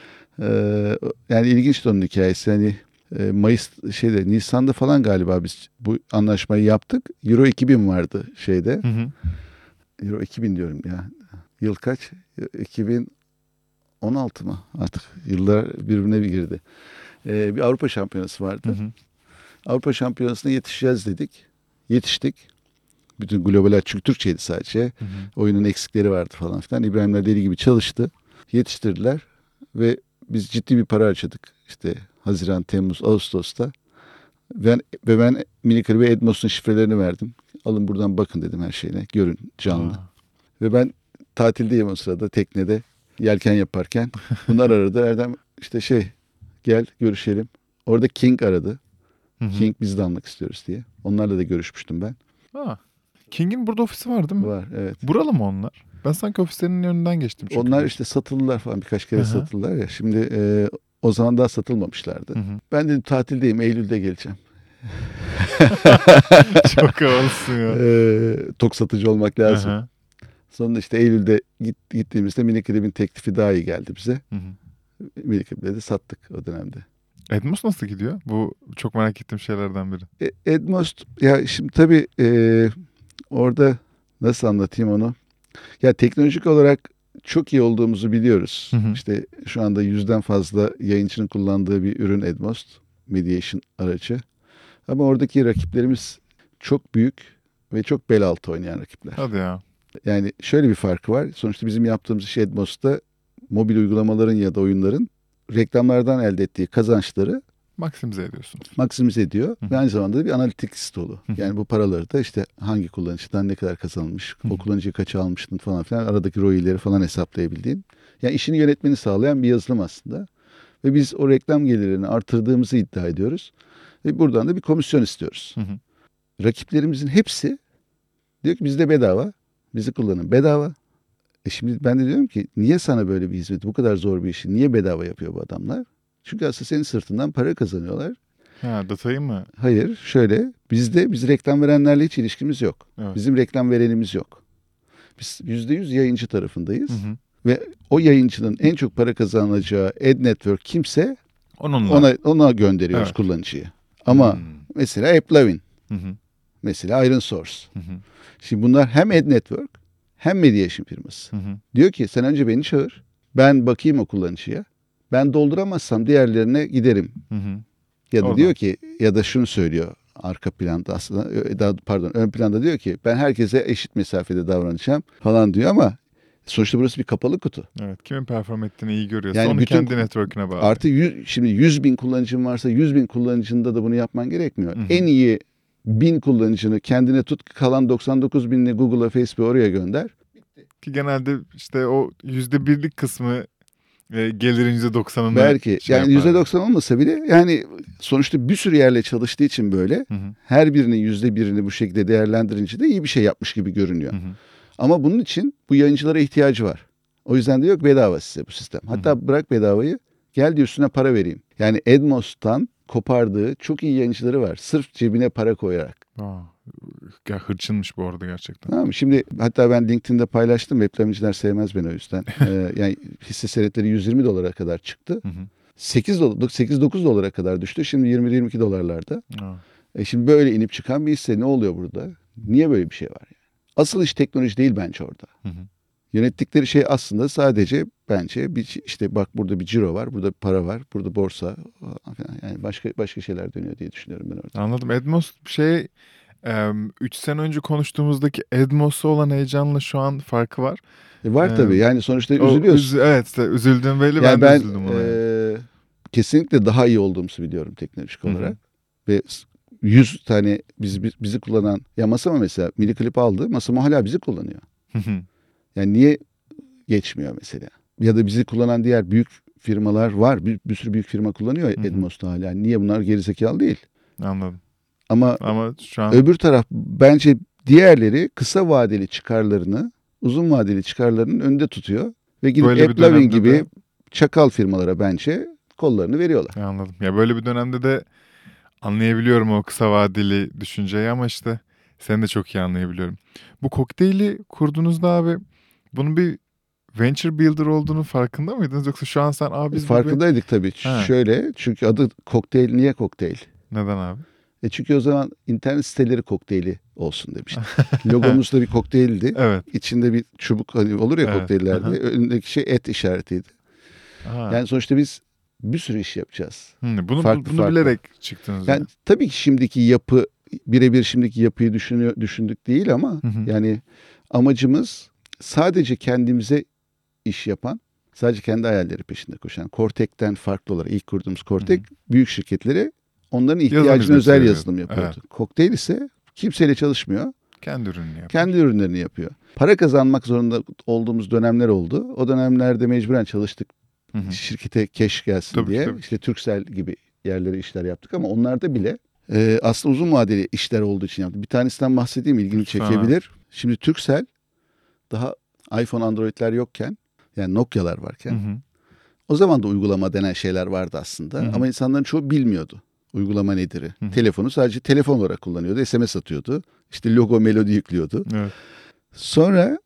Ee, yani ilginç onun hikayesi. Hani e, Mayıs şeyde Nisan'da falan galiba biz bu anlaşmayı yaptık. Euro iki bin vardı şeyde. Hı hı. Euro iki bin diyorum ya. Yıl kaç? iki bin on altı mı? Artık yıllar birbirine bir girdi. Ee, bir Avrupa Şampiyonası vardı. Hı hı. Avrupa Şampiyonası'na yetişeceğiz dedik. Yetiştik. Bütün globaler çünkü Türkçeydi sadece. Hı hı. Oyunun eksikleri vardı falan filan. İbrahimler deli gibi çalıştı. Yetiştirdiler ve biz ciddi bir para harcadık. İşte Haziran, Temmuz, Ağustos'ta. Ben, ve ben Minikli ve Edmos'un şifrelerini verdim. Alın buradan bakın dedim her şeyine. Görün canlı. Aa. Ve ben tatildeyim o sırada teknede. Yelken yaparken. Bunlar aradı. Erdem işte şey gel görüşelim. Orada King aradı. Hı hı. King biz de almak istiyoruz diye. Onlarla da görüşmüştüm ben. Aa. King'in burada ofisi var değil mi? Var evet. Buralı mı onlar? Ben sanki ofislerinin önünden geçtim çünkü. Onlar işte satıldılar falan birkaç kere Hı hı. satıldılar ya. Şimdi e, o zaman daha satılmamışlardı. Hı hı. Ben dedim tatildeyim Eylül'de geleceğim. Çok havalısın ya. E, tok satıcı olmak lazım. Hı hı. Sonra işte Eylül'de git, gittiğimizde Mini Klib'in teklifi daha iyi geldi bize. Hı hı. Medicab'de de sattık o dönemde. Edmos nasıl gidiyor? Bu çok merak ettiğim şeylerden biri. E, Edmos ya şimdi tabii e, orada nasıl anlatayım onu? Ya teknolojik olarak çok iyi olduğumuzu biliyoruz. Hı hı. İşte şu anda yüzden fazla yayıncının kullandığı bir ürün Edmos, mediation aracı. Ama oradaki rakiplerimiz çok büyük ve çok bel altı oynayan rakipler. Hadi ya. Yani şöyle bir farkı var. Sonuçta bizim yaptığımız iş Edmos'ta mobil uygulamaların ya da oyunların reklamlardan elde ettiği kazançları Maksimize ediyorsunuz. maksimize ediyor. Hı hı. Ve aynı zamanda da bir analitik dolu. Hı hı. Yani bu paraları da işte hangi kullanıcıdan ne kadar kazanılmış, Hı hı. o kullanıcıyı kaça almıştın falan filan, aradaki R O I'leri falan hesaplayabildiğin. Yani işini yönetmeni sağlayan bir yazılım aslında. Ve biz o reklam gelirini artırdığımızı iddia ediyoruz. Ve buradan da bir komisyon istiyoruz. Hı hı. Rakiplerimizin hepsi diyor ki bizde bedava, bizi kullanın bedava. E şimdi ben de diyorum ki niye sana böyle bir hizmet, bu kadar zor bir işi niye bedava yapıyor bu adamlar? Çünkü aslında senin sırtından para kazanıyorlar. Ha, datayı mı? Hayır, şöyle bizde biz reklam verenlerle hiç ilişkimiz yok. Evet. Bizim reklam verenimiz yok. Biz yüzde yüz yayıncı tarafındayız. Hı hı. Ve o yayıncının en çok para kazanacağı ad network kimse Onunla. ona ona gönderiyoruz Evet. kullanıcıyı. Ama Hmm. mesela AppLovin, Hı hı. mesela Iron Source. Hı hı. Şimdi bunlar hem ad network hem mediation firması. Hı hı. Diyor ki sen önce beni çağır. Ben bakayım o kullanıcıya. Ben dolduramazsam diğerlerine giderim. Hı hı. Ya da Oradan. diyor ki ya da şunu söylüyor arka planda aslında daha, pardon ön planda diyor ki ben herkese eşit mesafede davranacağım falan diyor ama sonuçta burası bir kapalı kutu. Evet. Kimin perform ettiğini iyi görüyorsa Yani onu bütün- kendi network'üne bağlı. Artı yüz, şimdi yüz bin kullanıcın varsa yüz bin kullanıcında da bunu yapman gerekmiyor. Hı hı. En iyi bin kullanıcını kendine tut, kalan doksan dokuz binini Google'a, Facebook'a oraya gönder. Ki genelde işte o yüzde birlik kısmı e, gelirin yüzde doksanını Belki şey yani yapar. yüzde doksan olmasa bile yani sonuçta bir sürü yerle çalıştığı için böyle Hı hı. her birinin yüzde birini bu şekilde değerlendirince de iyi bir şey yapmış gibi görünüyor. Hı hı. Ama bunun için bu yayıncılara ihtiyacı var. O yüzden de yok bedava size bu sistem. Hatta Hı bırak bedavayı gel de üstüne para vereyim. Yani Edmos'tan kopardığı çok iyi yayıncıları var. Sırf cebine para koyarak. Aa, ya hırçınmış bu arada gerçekten. Tamam mı? Şimdi hatta ben LinkedIn'de paylaştım. Reklamcılar sevmez beni o yüzden. ee, yani hisse senetleri yüz yirmi dolara kadar çıktı. Hı hı. sekiz dokuz dolara kadar düştü. Şimdi yirmi yirmi iki dolarlarda. Aa. E şimdi böyle inip çıkan bir hisse ne oluyor burada? Niye böyle bir şey var? Yani? Asıl iş teknoloji değil bence orada. Hı hı. Yönettikleri şey aslında sadece bence bir işte bak burada bir ciro var, burada para var, burada borsa yani başka başka şeyler dönüyor diye düşünüyorum ben orada. Anladım. Edmos şey üç sene önce konuştuğumuzdaki Edmos'a olan heyecanla şu an farkı var. E var Ee, tabii yani sonuçta O üzülüyorsun. üz- evet işte üzüldüğüm belli, Yani ben, ben de üzüldüm ona. yani. e, kesinlikle daha iyi olduğumuzu biliyorum teknolojik Hı hı. olarak. Ve yüz tane bizi, bizi kullanan ya Masama mesela Mini Clip aldı. Masama hala bizi kullanıyor. Hı hı. Yani niye geçmiyor mesela? Ya da bizi kullanan diğer büyük firmalar var. Bir, bir sürü büyük firma kullanıyor Hı hı. Edmos'ta hala. Niye bunlar gerizekalı değil? Anladım. Ama Ama şu an öbür taraf bence diğerleri kısa vadeli çıkarlarını, uzun vadeli çıkarlarının önünde tutuyor. Ve gidip böyle bir AppLovin dönemde gibi de çakal firmalara bence kollarını veriyorlar. anladım. Ya böyle bir dönemde de anlayabiliyorum o kısa vadeli düşünceyi ama işte seni de çok iyi anlayabiliyorum. Bu kokteyli kurduğunuzda abi bunun bir venture builder olduğunu farkında mıydınız? Yoksa şu an sen abi biz bu bir... Farkındaydık tabii. Ha. Şöyle çünkü adı kokteyl. Niye kokteyl? Neden abi? E çünkü o zaman internet siteleri kokteyli olsun demiştik. Logomuz da bir kokteyldi. Evet. İçinde bir çubuk hani olur ya Evet, kokteyllerde. aha. Önündeki şey et işaretiydi. Aha. Yani sonuçta biz bir sürü iş yapacağız. Hı, bunu farklı, bunu farklı. bilerek çıktınız. Yani Yani. tabii ki şimdiki yapı birebir şimdiki yapıyı düşünüyor, düşündük değil ama Hı hı. yani amacımız sadece kendimize iş yapan, sadece kendi hayalleri peşinde koşan, Cortec'ten farklı olarak ilk kurduğumuz Cortec büyük şirketlere onların ihtiyacına hizmeti özel veriyor. yazılım yapıyordu. Evet. Kokteyl ise kimseyle çalışmıyor. Kendi ürününü yapıyor. Kendi ürünlerini yapıyor. Para kazanmak zorunda olduğumuz dönemler oldu. O dönemlerde mecburen çalıştık. Hı hı. Şirkete keş gelsin Tabii ki, diye. tabii ki. İşte Turkcell gibi yerlere işler yaptık ama onlarda bile e, aslında uzun vadeli işler olduğu için yaptık. Bir tanesinden bahsedeyim, ilgini Lütfen çekebilir. Şimdi Turkcell daha iPhone, Android'ler yokken, yani Nokia'lar varken, Hı hı. o zaman da uygulama denen şeyler vardı aslında. Hı hı. Ama insanların çoğu bilmiyordu uygulama nedir. Hı hı. Telefonu Telefonu sadece telefon olarak kullanıyordu. S M S atıyordu. İşte logo, melodi yüklüyordu. Evet. Sonra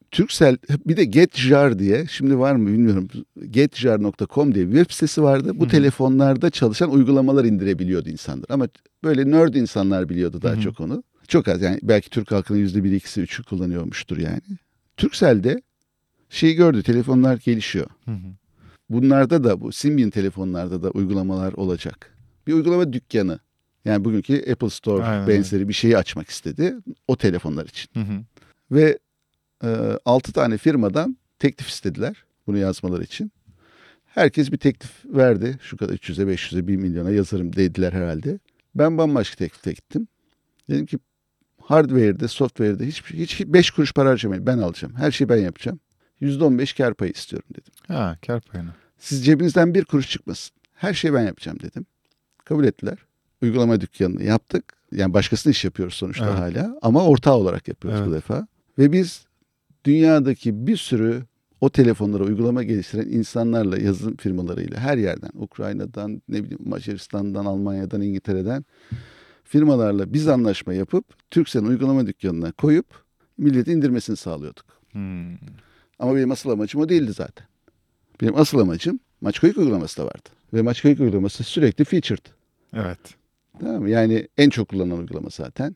Turkcell bir de GetJar diye, şimdi var mı bilmiyorum, getjar nokta com diye bir web sitesi vardı. Bu Hı-hı. telefonlarda çalışan uygulamalar indirebiliyordu insanlar. Ama böyle nerd insanlar biliyordu daha Hı-hı. çok onu. Çok az, yani belki Türk halkının yüzde biri, ikisi, üçü kullanıyormuştur yani. Turkcell'de şeyi gördü, telefonlar gelişiyor. Hı-hı. Bunlarda da, bu Symbian telefonlarda da uygulamalar olacak. Bir uygulama dükkanı. Yani bugünkü Apple Store Aynen. benzeri bir şeyi açmak istedi o telefonlar için. Hı hı. Ve e, altı tane firmadan teklif istediler bunu yazmaları için. Herkes bir teklif verdi. Şu kadar üç yüze, beş yüze, bir milyona yazarım dediler herhalde. Ben bambaşka teklifte gittim. Dedim ki hardware'de, software'de hiç, hiç beş kuruş para harcamayın. Ben alacağım. Her şeyi ben yapacağım. yüzde on beş kar payı istiyorum dedim. Ha, kar payını. Siz cebinizden bir kuruş çıkmasın. Her şeyi ben yapacağım dedim. Kabul ettiler. Uygulama dükkanını yaptık. Yani başkasının iş yapıyoruz sonuçta evet. hala. Ama ortağı olarak yapıyoruz evet. bu defa. Ve biz dünyadaki bir sürü o telefonlara uygulama geliştiren insanlarla, yazılım firmalarıyla her yerden, Ukrayna'dan, ne bileyim Macaristan'dan, Almanya'dan, İngiltere'den firmalarla biz anlaşma yapıp Turkcell'in uygulama dükkanına koyup milleti indirmesini sağlıyorduk. Hmm. Ama benim asıl amacım o değildi zaten. Benim asıl amacım Maçkolik uygulaması da vardı. Ve Maçkolik uygulaması sürekli featured. Evet. Tamam mı? Yani en çok kullanılan uygulama zaten.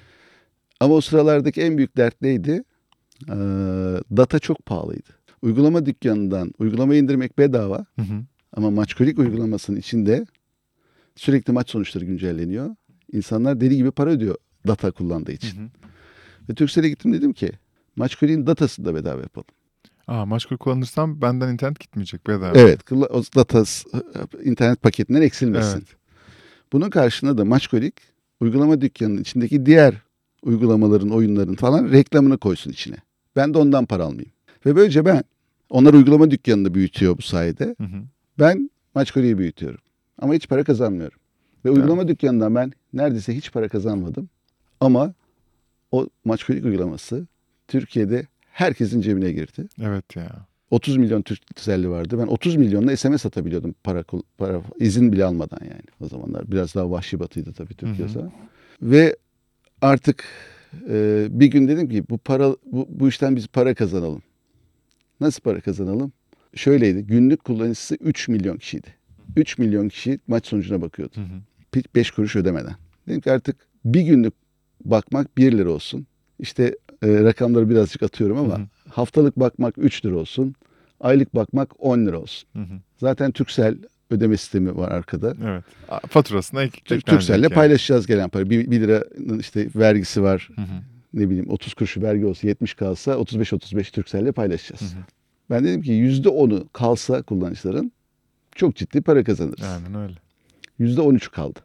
Ama o sıralardaki en büyük dert neydi? Ee, data çok pahalıydı. Uygulama dükkanından uygulama indirmek bedava. Hı hı. Ama Maçkolik uygulamasının içinde sürekli maç sonuçları güncelleniyor. İnsanlar deli gibi para ödüyor data kullandığı için. Hı hı. Ve Turkcell'e gittim, dedim ki Maçkolik'in datasını da bedava yapalım. Aa, Maçkolik kullanırsam benden internet gitmeyecek bedava. Evet. O data internet paketinden eksilmesin. Evet. Bunun karşılığında da Maçkolik uygulama dükkanının içindeki diğer uygulamaların, oyunların falan reklamını koysun içine. Ben de ondan para almayayım. Ve böylece ben, onlar uygulama dükkanını büyütüyor bu sayede. Hı hı. Ben Maçkolik'i büyütüyorum. Ama hiç para kazanmıyorum. Ve uygulama evet. dükkanından ben neredeyse hiç para kazanmadım. Ama o Maçkolik uygulaması Türkiye'de herkesin cebine girdi. Evet ya. otuz milyon Turkcell'li vardı. Ben otuz milyonla S M S atabiliyordum para, para izin bile almadan yani. O zamanlar biraz daha vahşi batıydı tabii Türkiye. Ve artık e, bir gün dedim ki bu para bu, bu işten biz para kazanalım. Nasıl para kazanalım? Şöyleydi. Günlük kullanıcısı üç milyon kişiydi. üç milyon kişi maç sonucuna bakıyordu. Hı hı. beş kuruş ödemeden. Dedim ki artık bir günlük bakmak bir lira olsun. İşte e, rakamları birazcık atıyorum ama hı hı. haftalık bakmak üç lira olsun. Aylık bakmak on lira olsun. Hı hı. Zaten Turkcell ödeme sistemi var arkada. Evet. Faturasına eklenecek. Turkcell'le yani. Paylaşacağız gelen para. Bir, bir liranın işte vergisi var. Hı hı. Ne bileyim otuz kuruşu vergi olsa, yetmiş kalsa otuz beş otuz beş Turkcell'le paylaşacağız. Hı hı. Ben dedim ki yüzde onu kalsa kullanıcıların çok ciddi para kazanırız. Aynen öyle. yüzde on üç kaldı.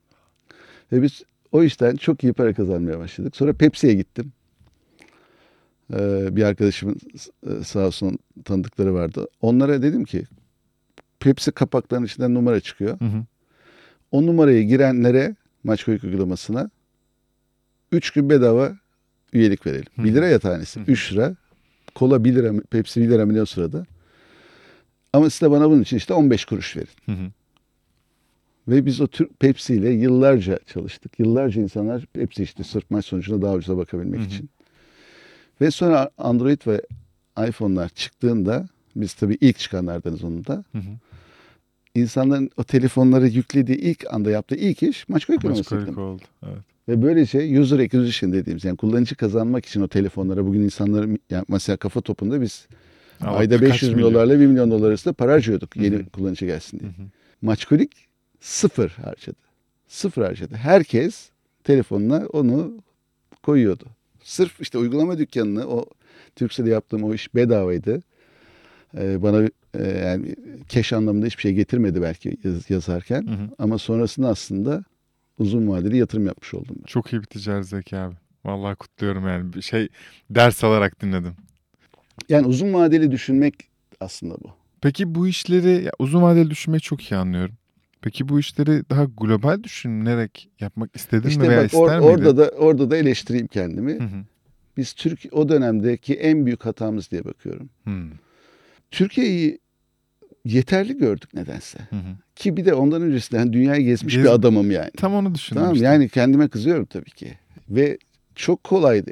Ve biz o işten çok iyi para kazanmaya başladık. Sonra Pepsi'ye gittim. Ee, bir arkadaşımın sağ olsun tanıdıkları vardı. Onlara dedim ki Pepsi kapaklarının içinden numara çıkıyor. Hı hı. O numarayı girenlere Maçkolik uygulamasına üç gün bedava üyelik verelim. Hı hı. bir lira ya tanesi. Hı hı. üç lira. Kola bir lira, Pepsi bir lira mı ne o sırada. Ama siz de bana bunun için işte on beş kuruş verin. Hı hı. Ve biz o Türk Pepsi ile yıllarca çalıştık. Yıllarca insanlar Pepsi işte sırf maç sonucuna daha ucuza bakabilmek hı hı. için. Ve sonra Android ve iPhone'lar çıktığında, biz tabii ilk çıkanlardanız onun da. Hı hı. İnsanların o telefonları yüklediği ilk anda yaptığı ilk iş Maçkolik Maçkolik oldu. Evet. Ve böylece user acquisition dediğimiz, yani kullanıcı kazanmak için o telefonlara bugün insanların, yani mesela kafa topunda biz Aa, ayda beş yüz bin dolarla bir milyon dolar arasında para harcıyorduk yeni Hı-hı. kullanıcı gelsin diye. Hı-hı. Maçkolik sıfır harcadı. Sıfır harcadı. Herkes telefonuna onu koyuyordu. Sırf işte uygulama dükkanını, o Turkcell'de yaptığım o iş bedavaydı. Ee, bana e, yani cash anlamında hiçbir şey getirmedi belki yaz, yazarken. Hı hı. Ama sonrasında aslında uzun vadeli yatırım yapmış oldum ben. Çok iyi bir ticari zeka abi. Vallahi kutluyorum yani. Bir şey ders alarak dinledim. Yani uzun vadeli düşünmek aslında bu. Peki bu işleri, ya uzun vadeli düşünmeyi çok iyi anlıyorum. Peki bu işleri daha global düşünerek yapmak istedin işte mi veya bak, ister or, miydin? Orada da orada da eleştireyim kendimi. Hı hı. Biz Türk o dönemdeki en büyük hatamız diye bakıyorum. Hı. Türkiye'yi yeterli gördük nedense. Hı hı. Ki bir de ondan öncesinde hani dünyayı gezmiş Gez, bir adamım yani. Tam onu düşündüm tamam, işte. Yani kendime kızıyorum tabii ki. Ve çok kolaydı yani.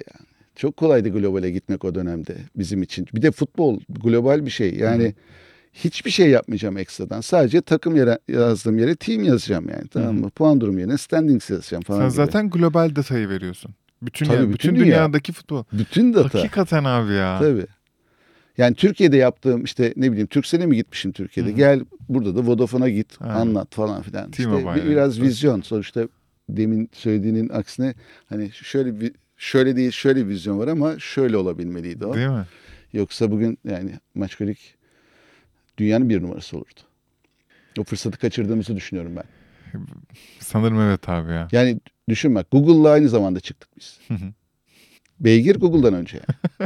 Çok kolaydı globale gitmek o dönemde bizim için. Bir de futbol global bir şey. Yani Hı. hiçbir şey yapmayacağım ekstradan. Sadece takım yere yazdığım yere team yazacağım yani. Tamam mı? Hı. Puan durumu yerine standings yazacağım falan Sen gibi. zaten global datayı veriyorsun. Bütün Tabii, ya, bütün bütün dünya. dünyadaki futbol. Bütün data. Hakikaten abi ya. Tabii. Yani Türkiye'de yaptığım işte ne bileyim Turkcell'e mi gitmişim Türkiye'de? Hı-hı. Gel burada da Vodafone'a git, Aynen. anlat falan filan. İşte bir, biraz yani. vizyon sonuçta demin söylediğinin aksine hani şöyle bir şöyle değil şöyle bir vizyon var ama şöyle olabilmeliydi o. Değil mi? Yoksa bugün yani Maçkolik dünyanın bir numarası olurdu. O fırsatı kaçırdığımızı düşünüyorum ben. Sanırım evet abi ya. Yani düşün bak Google'la aynı zamanda çıktık biz. Beygir Google'dan önce yani.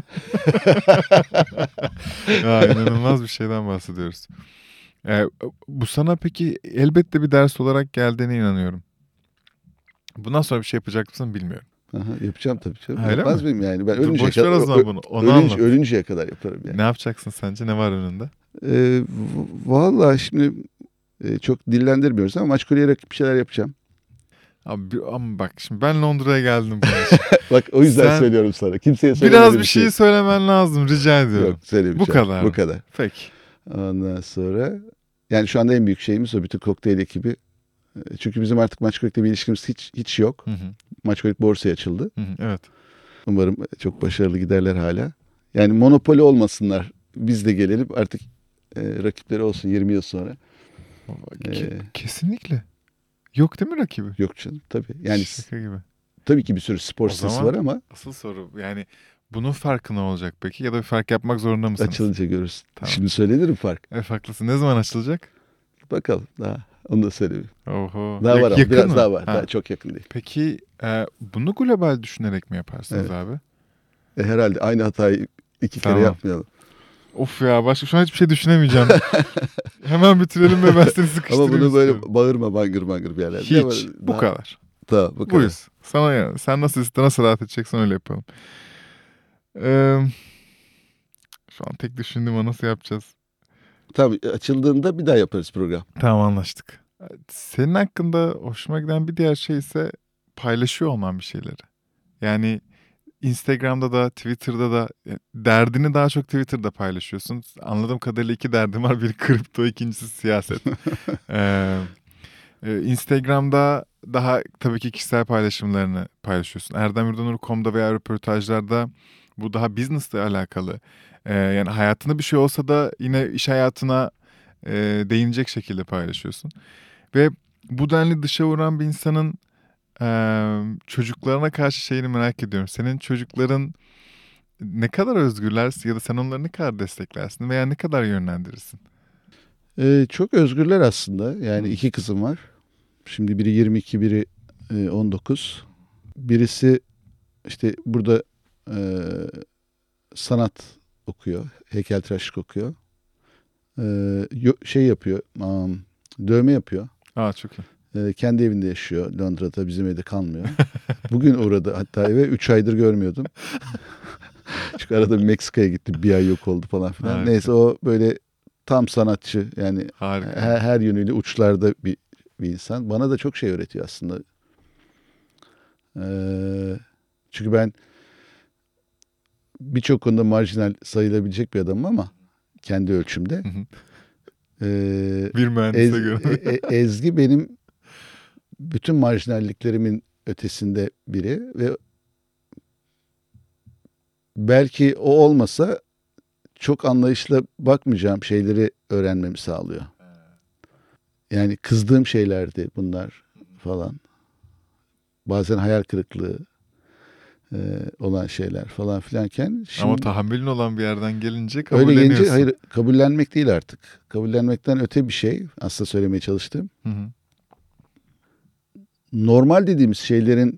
Ya inanılmaz bir şeyden bahsediyoruz. Ee, bu sana peki elbette bir ders olarak geldiğine inanıyorum. Bundan sonra bir şey yapacak mısın bilmiyorum. Aha, yapacağım tabii canım. Öyle Yapmaz mi? mıyım yani? Ben Dur, ölünceye boş ver kadar, o zaman bunu. Onu ölünce, anlat. ölünceye kadar yaparım yani. Ne yapacaksın sence? Ne var önünde? Ee, Valla şimdi e, çok dillendirmiyoruz ama Maçkolik'e rakip bir şeyler yapacağım. Abi ama bak şimdi ben Londra'ya geldim bunun için. Bak o yüzden Sen söylüyorum sana. Kimseye söylemediğim biraz bir şey, şey söylemen lazım rica ediyorum. Yok söylemeyeceğim. Bu kadar. Bu kadar. Peki. Ondan sonra yani şu anda en büyük şeyimiz o bütün kokteyl ekibi. Çünkü bizim artık Maçkolik'le bir ilişkimiz hiç hiç yok. Hı hı. Maçkolik borsaya açıldı. Hı hı, evet. Umarım çok başarılı giderler hala. Yani monopoli olmasınlar. Biz de gelelim artık e, rakipleri olsun yirmi yıl sonra. Ke- ee, kesinlikle. Yok değil mi rakibi? Yok canım tabii. Yani Şaka gibi. Tabii ki bir sürü spor sitesi var ama. Asıl soru yani bunun farkı ne olacak peki? Ya da bir fark yapmak zorunda mısınız? Açılınca görürsün. Tamam. Şimdi söylenir mi fark? Evet haklısın. Ne zaman açılacak? Bakalım daha. Onu da söyleyeyim. Oho. Daha ya, var ama yakın biraz mı? daha var. Ha. Daha çok yakın değil. Peki e, bunu global düşünerek mi yaparsınız evet. abi? E, herhalde aynı hatayı iki tamam. kere yapmayalım. Of ya başka şu an hiçbir şey düşünemeyeceğim. Hemen bitirelim ve ben seni sıkıştırayım. Ama bunu böyle istiyorum. bağırma bangır bangır bir yerlerde. Hiç. Ama bu daha... kadar. Tamam bu kadar. Buyuz. Sana ya. Sen nasıl nasıl rahat edeceksen öyle yapalım. Ee, şu an tek düşündüğüm o nasıl yapacağız? Tabii açıldığında bir daha yaparız program. Tamam anlaştık. Senin hakkında hoşuma giden bir diğer şey ise paylaşıyor olman bir şeyleri. Yani Instagram'da da Twitter'da da derdini daha çok Twitter'da paylaşıyorsun. Anladığım kadarıyla iki derdin var. Biri kripto, ikincisi siyaset. ee, Instagram'da daha tabii ki kişisel paylaşımlarını paylaşıyorsun. erdem yurdanur nokta com'da veya röportajlarda bu daha business'la alakalı. Ee, yani hayatında bir şey olsa da yine iş hayatına e, değinecek şekilde paylaşıyorsun. Ve bu denli dışa vuran bir insanın e, çocuklarına karşı şeyini merak ediyorum. Senin çocukların ne kadar özgürler ya da sen onları ne kadar desteklersin veya ne kadar yönlendirirsin? Ee, çok özgürler aslında. Yani Hı. iki kızım var. Şimdi biri yirmi iki, biri e, on dokuz. Birisi işte burada e, sanat okuyor, heykeltıraşlık okuyor. Ee, şey yapıyor, um, dövme yapıyor. Aa çok iyi. Ee, kendi evinde yaşıyor Londra'da, bizim evde kalmıyor. Bugün uğradı hatta eve, üç aydır görmüyordum. Çünkü arada Meksika'ya gitti, bir ay yok oldu falan filan. Harika. Neyse o böyle tam sanatçı yani her, her yönüyle uçlarda bir, bir insan. Bana da çok şey öğretiyor aslında. Ee, çünkü ben birçok konuda marjinal sayılabilecek bir adamım ama kendi ölçümde. Hı hı. Ee, bir mühendise Ez, göre. e, Ezgi benim bütün marjinalliklerimin ötesinde biri ve belki o olmasa çok anlayışla bakmayacağım şeyleri öğrenmemi sağlıyor. Yani kızdığım şeylerdi bunlar falan. Bazen hayal kırıklığı e, olan şeyler falan filanken. Şimdi, ama tahammülün olan bir yerden gelince kabulleniyorsun. Öyle gelince hayır, kabullenmek değil artık. Kabullenmekten öte bir şey aslında söylemeye çalıştım. Hı hı. Normal dediğimiz şeylerin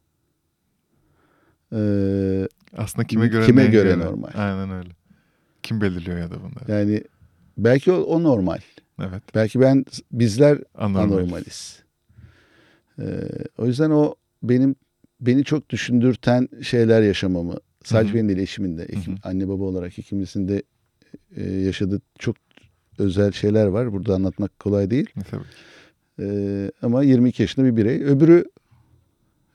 e, aslında kime göre kime göre göre normal. Aynen öyle. Kim belirliyor ya da bunları? Yani belki o, o normal. Evet. Belki ben bizler anormaliz. anormaliz. Ee, o yüzden o benim beni çok düşündürten şeyler yaşamamı, sadece benim değil eşimin de, ekim, anne baba olarak ikimizin de e, yaşadığı çok özel şeyler var. Burada anlatmak kolay değil. Tabii. Ee, ama yirmi iki yaşında bir birey. Öbürü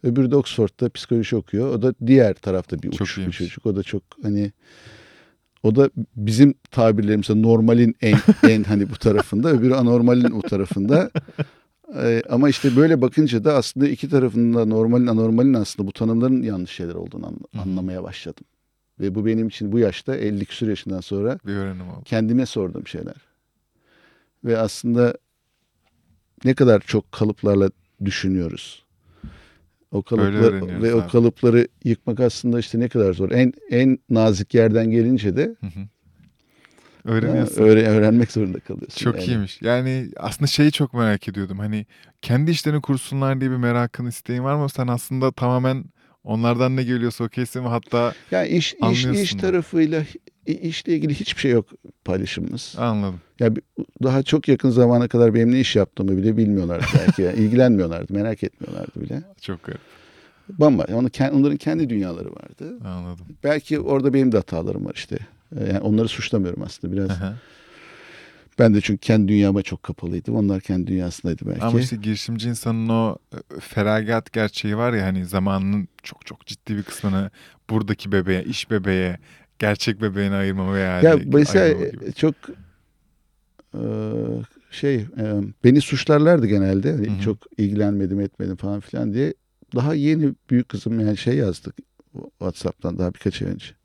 Öbürü de Oxford'da psikoloji okuyor. O da diğer tarafta bir Çok uç bir iyiymiş. çocuk. O da çok hani o da bizim tabirlerimizde normalin en en hani bu tarafında, öbürü anormalin o tarafında. Ee, ama işte böyle bakınca da aslında iki tarafında normalin anormalin aslında bu tanımların yanlış şeyler olduğunu an- Hı hı. anlamaya başladım. Ve bu benim için bu yaşta elli küsur yaşından sonra Bir öğrenim oldu. kendime sorduğum şeyler. Ve aslında ne kadar çok kalıplarla düşünüyoruz. O Böyle kalıplar öğreniyoruz ve o abi. kalıpları yıkmak aslında işte ne kadar zor. En en nazik yerden gelince de Hı hı. ha, Öğreniyorsun. öğre- öğrenmek zorunda kalıyorsun. Çok yani. iyiymiş. Yani aslında şeyi çok merak ediyordum. Hani kendi işlerini kursunlar diye bir merakın, isteğin var mı? Sen aslında tamamen onlardan ne geliyorsa okeysin ve hatta Yani iş iş iş anlıyorsun da. tarafıyla i- işle ilgili hiçbir şey yok paylaşımımız. Anladım. Ya bi- daha çok yakın zamana kadar benim ne iş yaptığımı bile bilmiyorlardı belki. Yani ilgilenmiyorlardı, merak etmiyorlardı bile. Çok garip. Bambaşka. Onun, kend- onların kendi dünyaları vardı. Anladım. Belki orada benim de hatalarım var işte. Ee, Yani onları suçlamıyorum aslında biraz. Hı hı. Ben de çünkü kendi dünyama çok kapalıydım. Onlar kendi dünyasındaydı belki. Ama işte girişimci insanın o e, feragat gerçeği var ya, hani zamanının çok çok ciddi bir kısmını buradaki bebeğe, iş bebeğe, gerçek bebeğine ayırmama veya Ya ayırmama mesela gibi. e, çok e, şey e, beni suçlarlardı genelde. Hani Hı hı. çok ilgilenmedim etmedim falan filan diye. Daha yeni büyük kızım yani şey yazdık WhatsApp'tan daha birkaç ay önce.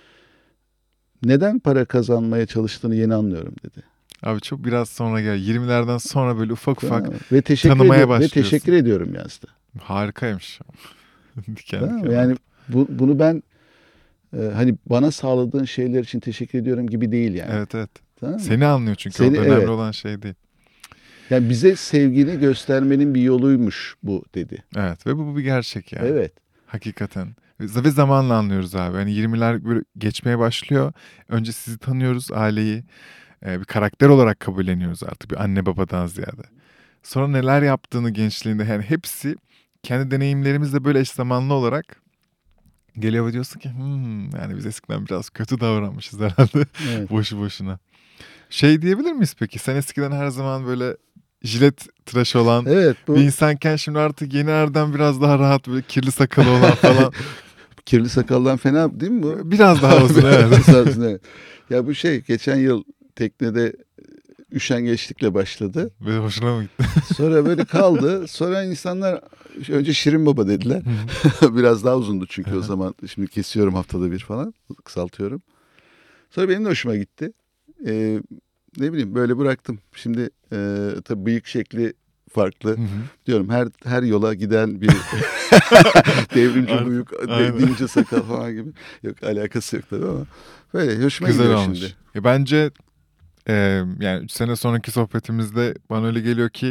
Neden para kazanmaya çalıştığını yeni anlıyorum dedi. Abi çok biraz sonra gel. yirmilerden sonra böyle ufak Tamam ufak mı? Ve teşekkür tanımaya ediyorum ve başlıyorsun. teşekkür ediyorum yazdı. Harikaymış. Diken Tamam mı? diken Yani oldu. bu, bunu ben e, hani bana sağladığın şeyler için teşekkür ediyorum gibi değil yani. Evet evet. Tamam mı? Seni anlıyor çünkü Seni orada önemli evet. olan şey değil. Yani bize sevgini göstermenin bir yoluymuş bu dedi. Evet ve bu, bu bir gerçek yani. Evet. Hakikaten. Ve ve zamanla anlıyoruz abi. Hani yirmiler böyle geçmeye başlıyor. Önce sizi tanıyoruz, aileyi. e, bir karakter olarak kabulleniyoruz artık. Bir anne babadan ziyade. Sonra neler yaptığını gençliğinde, yani hepsi kendi deneyimlerimizle böyle eş zamanlı olarak geliyor ve diyorsun ki hmm, yani biz eskiden biraz kötü davranmışız herhalde. Evet. Boşu boşuna. Şey diyebilir miyiz peki? Sen eskiden her zaman böyle jilet tıraşı olan Evet bu bir insanken şimdi artık yeni Erdem biraz daha rahat, böyle kirli sakalı olan falan. kirli sakaldan fena değil mi bu? Biraz daha uzun evet. Biraz daha uzun, evet. Ya bu şey geçen yıl teknede üşengeçlikle başladı. Böyle hoşuna mı gitti? Sonra böyle kaldı. Sonra insanlar önce Şirin Baba dediler. Biraz daha uzundu çünkü o zaman. Şimdi kesiyorum haftada bir falan. Kısaltıyorum. Sonra benim de hoşuma gitti. Ee, ne bileyim böyle bıraktım. Şimdi e, tabii bıyık şekli farklı. Hı hı. Diyorum her her yola giden bir devrimci Artık, bıyık, aynen. ninja sakal falan gibi. Yok alakası yok tabii ama. Böyle hoşuma Güzel gidiyor olmuş. şimdi. Ya bence e, yani üç sene sonraki sohbetimizde bana öyle geliyor ki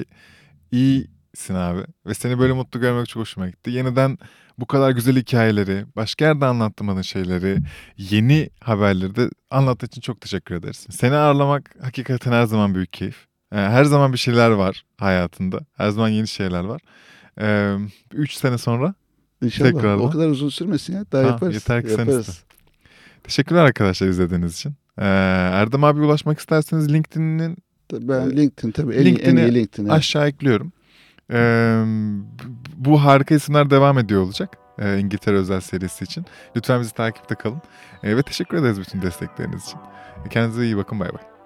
iyisin abi. Ve seni böyle mutlu görmek çok hoşuma gitti. Yeniden bu kadar güzel hikayeleri, başka yerde anlattığın şeyleri, yeni haberleri de anlattığın için çok teşekkür ederiz. Seni ağırlamak hakikaten her zaman büyük keyif. E, her zaman bir şeyler var hayatında. Her zaman yeni şeyler var. E, üç sene sonra İnşallah. O tekrardan. kadar uzun sürmesin ya. Daha Tamam, yaparız. yeter ki sen yaparız. iste. Teşekkürler arkadaşlar izlediğiniz için. Ee, Erdem abi ulaşmak isterseniz LinkedIn'in Ben e, LinkedIn tabii en iyi, en linkini iyi LinkedIn. Evet. aşağı ekliyorum. Ee, bu harika isimler devam ediyor olacak. Ee, İngiltere özel serisi için. Lütfen bizi takipte kalın. Ee, ve teşekkür ederiz bütün destekleriniz için. Kendinize iyi bakın. Bay bay.